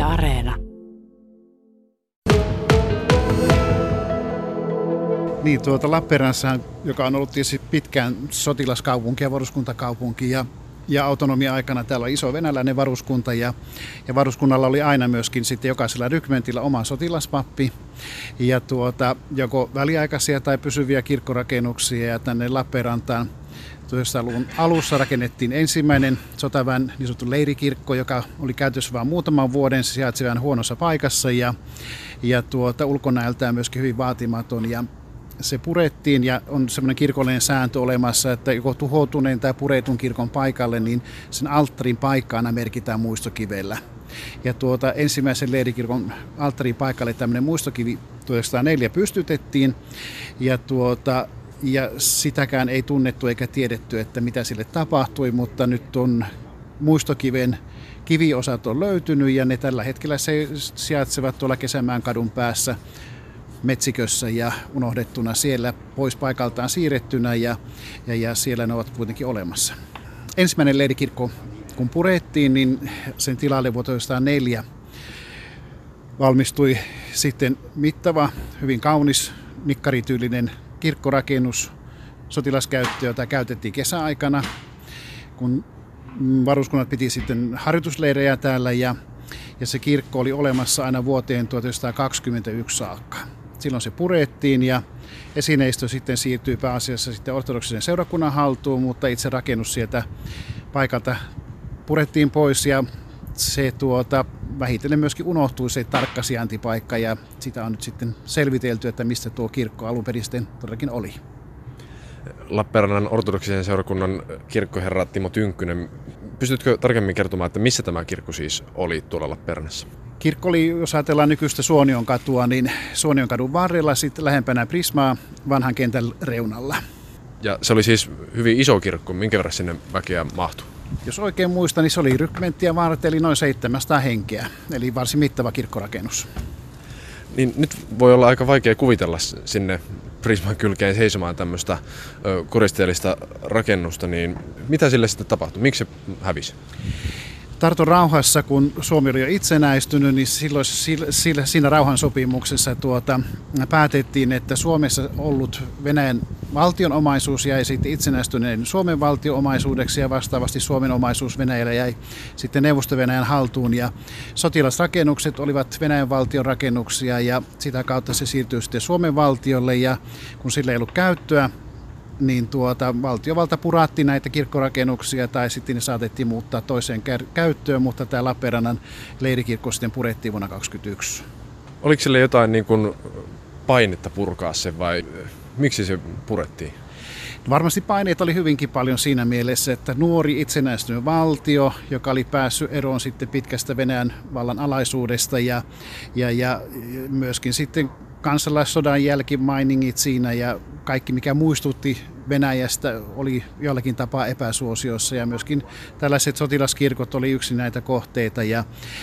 Areena. Niin, Lappeenrannassa, joka on ollut tietysti pitkään sotilaskaupunki ja varuskuntakaupunki ja autonomia-aikana täällä on iso venäläinen varuskunta ja varuskunnalla oli aina myöskin sitten jokaisella rykmentillä oma sotilaspappi ja joko väliaikaisia tai pysyviä kirkkorakennuksia ja tänne Lappeenrantaan 1900-luvun alussa rakennettiin ensimmäinen sotaväen niin sanottu leirikirkko, joka oli käytössä vain muutaman vuoden, se sijaitsi vähän huonossa paikassa ja ulkonäöltään myöskin hyvin vaatimaton ja se purettiin ja on semmoinen kirkollinen sääntö olemassa, että joko tuhoutuneen tai puretun kirkon paikalle, niin sen alttarin paikkaana merkitään muistokivellä. Ja ensimmäisen leirikirkon alttarin paikalle tämmöinen muistokivi 1904 pystytettiin ja sitäkään ei tunnettu eikä tiedetty, että mitä sille tapahtui, mutta nyt on muistokiven kiviosat on löytynyt ja ne tällä hetkellä se sijaitsevat tuolla Kesämäen kadun päässä metsikössä ja unohdettuna siellä pois paikaltaan siirrettynä ja siellä ne ovat kuitenkin olemassa. Ensimmäinen leirikirkko kun purettiin, niin sen tilalle vuonna 1904 valmistui sitten mittava, hyvin kaunis, nikkarityylinen kirkkorakennus sotilaskäyttöä, jota käytettiin kesäaikana, kun varuskunnat piti sitten harjoitusleirejä täällä ja se kirkko oli olemassa aina vuoteen 1921 saakka. Silloin se purettiin ja esineistö sitten siirtyi pääasiassa sitten ortodoksisen seurakunnan haltuun, mutta itse rakennus sieltä paikalta purettiin pois ja se vähitellen myöskin unohtui se tarkka sijaintipaikka ja sitä on nyt sitten selvitelty, että mistä tuo kirkko alun perin sitten todellakin oli. Lappeenrannan ortodoksisen seurakunnan kirkkoherra Timo Tynkkynen, pystytkö tarkemmin kertomaan, että missä tämä kirkko siis oli tuolla Lappeenrannassa? Kirkko oli, jos ajatellaan nykyistä Suonionkatua, niin Suonionkadun varrella sitten lähempänä Prismaa vanhan kentän reunalla. Ja se oli siis hyvin iso kirkko, minkä verran sinne väkeä mahtui? Jos oikein muistan, niin se oli rykmenttiä varten, eli noin 700 henkeä, eli varsin mittava kirkkorakennus. Niin nyt voi olla aika vaikea kuvitella sinne Prisman kylkeen seisomaan tämmöistä koristeellista rakennusta, niin mitä sille sitten tapahtui? Miksi se hävisi? Tarton rauhassa, kun Suomi oli jo itsenäistynyt, niin silloin siinä rauhansopimuksessa päätettiin, että Suomessa ollut Venäjän valtion omaisuus jäi sitten itsenäistyneen Suomen valtion omaisuudeksi ja vastaavasti Suomen omaisuus Venäjällä jäi sitten Neuvosto-Venäjän haltuun ja sotilasrakennukset olivat Venäjän valtion rakennuksia ja sitä kautta se siirtyi sitten Suomen valtiolle ja kun sillä ei ollut käyttöä, niin valtiovalta puratti näitä kirkkorakennuksia tai sitten ne saatettiin muuttaa toiseen käyttöön, mutta tämä Lappeenrannan leirikirkko sitten purettiin vuonna 1921. Oliko sille jotain niin kuin painetta purkaa se vai miksi se purettiin? Varmasti paineita oli hyvinkin paljon siinä mielessä, että nuori itsenäistynyt valtio, joka oli päässyt eroon sitten pitkästä Venäjän vallan alaisuudesta ja myöskin sitten kansalaissodan jälkimainingit siinä ja kaikki mikä muistutti Venäjästä oli jollakin tapaa epäsuosiossa ja myöskin tällaiset sotilaskirkot oli yksi näitä kohteita ja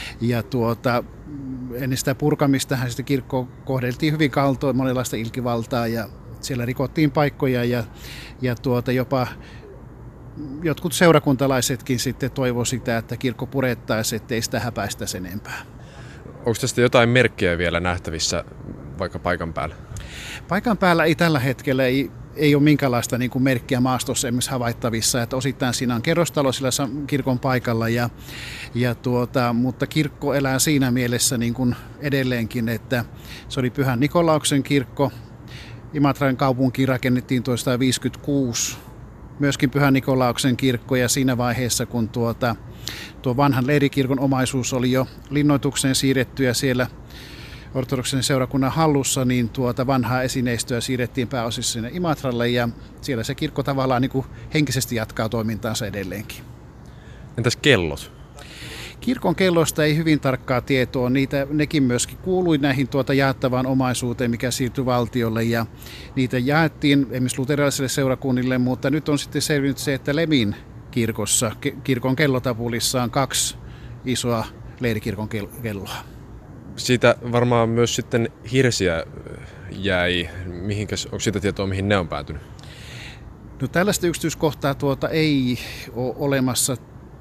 ennen sitä purkamistahan sitä kirkkoa kohdeltiin hyvin kaltoin monenlaista ilkivaltaa ja siellä rikottiin paikkoja ja jopa jotkut seurakuntalaisetkin sitten toivoi sitä, että kirkko purettaisiin, ettei sitä häpäistäisi enempää. Onko tästä jotain merkkejä vielä nähtävissä vaikka paikan päällä? Paikan päällä ei tällä hetkellä ei ole minkäänlaista niin kuin merkkiä maastossa esimerkiksi havaittavissa, että osittain siinä on kerrostalo sillä kirkon paikalla mutta kirkko elää siinä mielessä niin kuin edelleenkin, että se oli Pyhän Nikolauksen kirkko. Imatran kaupunkiin rakennettiin 1956 myöskin Pyhän Nikolauksen kirkko ja siinä vaiheessa kun tuo vanhan leirikirkon omaisuus oli jo linnoitukseen siirretty ja siellä ortodoksen seurakunnan hallussa, niin vanhaa esineistöä siirrettiin pääosissa sinne Imatralle ja siellä se kirkko tavallaan niin kuin henkisesti jatkaa toimintaansa edelleenkin. Entäs kellot? Kirkon kelloista ei hyvin tarkkaa tietoa, nekin myöskin kuului näihin jaettavaan omaisuuteen, mikä siirtyi valtiolle ja niitä jaettiin esimerkiksi luterilaisille seurakunnille, mutta nyt on sitten selvinnyt se, että Lemin kirkossa, kirkon kellotapulissa on 2 isoa leirikirkon kelloa. Siitä varmaan myös sitten hirsiä jäi. Onko siitä tietoa, mihin ne on päätynyt? No tällaista yksityiskohtaa ei ole olemassa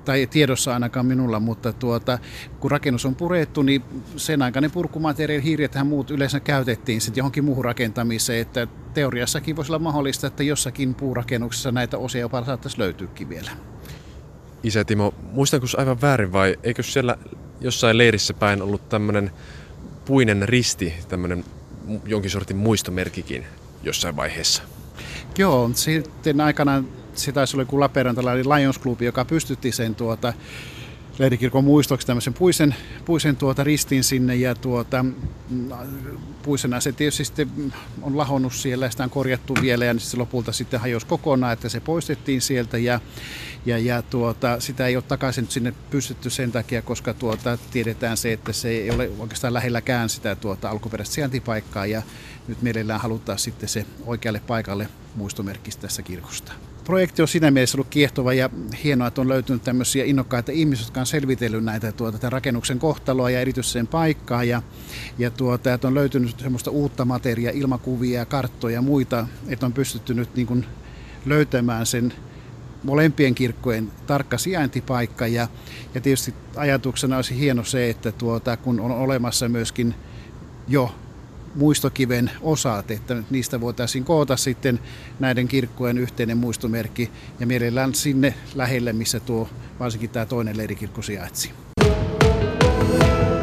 tai tiedossa ainakaan minulla, mutta kun rakennus on purettu, niin sen aikainen purkumateriaali, hiiret ja muut yleensä käytettiin sitten johonkin muuhun rakentamiseen, että teoriassakin voisi olla mahdollista, että jossakin puurakennuksessa näitä osia jopa saattaisi löytyäkin vielä. Isä Timo, muistanko aivan väärin vai eikö siellä jossain leirissä päin ollut tämmöinen puinen risti, tämmöinen jonkin sortin muistomerkikin jossain vaiheessa? Joo, sitten aikanaan se taisi olla joku Lappeenrantalla oli Lions Club, joka pystytti sen leirikirkon muistoksi tämmöisen puisen ristin sinne ja puisena se tietysti sitten on lahonnut siellä ja sitä on korjattu vielä ja se lopulta sitten hajosi kokonaan, että se poistettiin sieltä ja sitä ei ole takaisin sinne pystytty sen takia, koska tiedetään se, että se ei ole oikeastaan lähelläkään sitä alkuperäistä sijaintipaikkaa ja nyt mielellään halutaan sitten se oikealle paikalle muistomerkki tässä kirkosta. Projekti on siinä mielessä ollut kiehtova ja hienoa, että on löytynyt tämmöisiä innokkaita ihmisiä, jotka on selvitellyt tämän rakennuksen kohtaloa ja erityisesti sen paikkaa. Että on löytynyt semmoista uutta materiaa, ilmakuvia ja karttoja ja muita, että on pystytty nyt niin kuin löytämään sen molempien kirkkojen tarkka sijaintipaikka. Ja tietysti ajatuksena olisi hieno se, että kun on olemassa myöskin jo muistokiven osat, että niistä voitaisiin koota sitten näiden kirkkojen yhteinen muistomerkki ja mielellään sinne lähelle, missä varsinkin tämä toinen leirikirkko sijaitsi.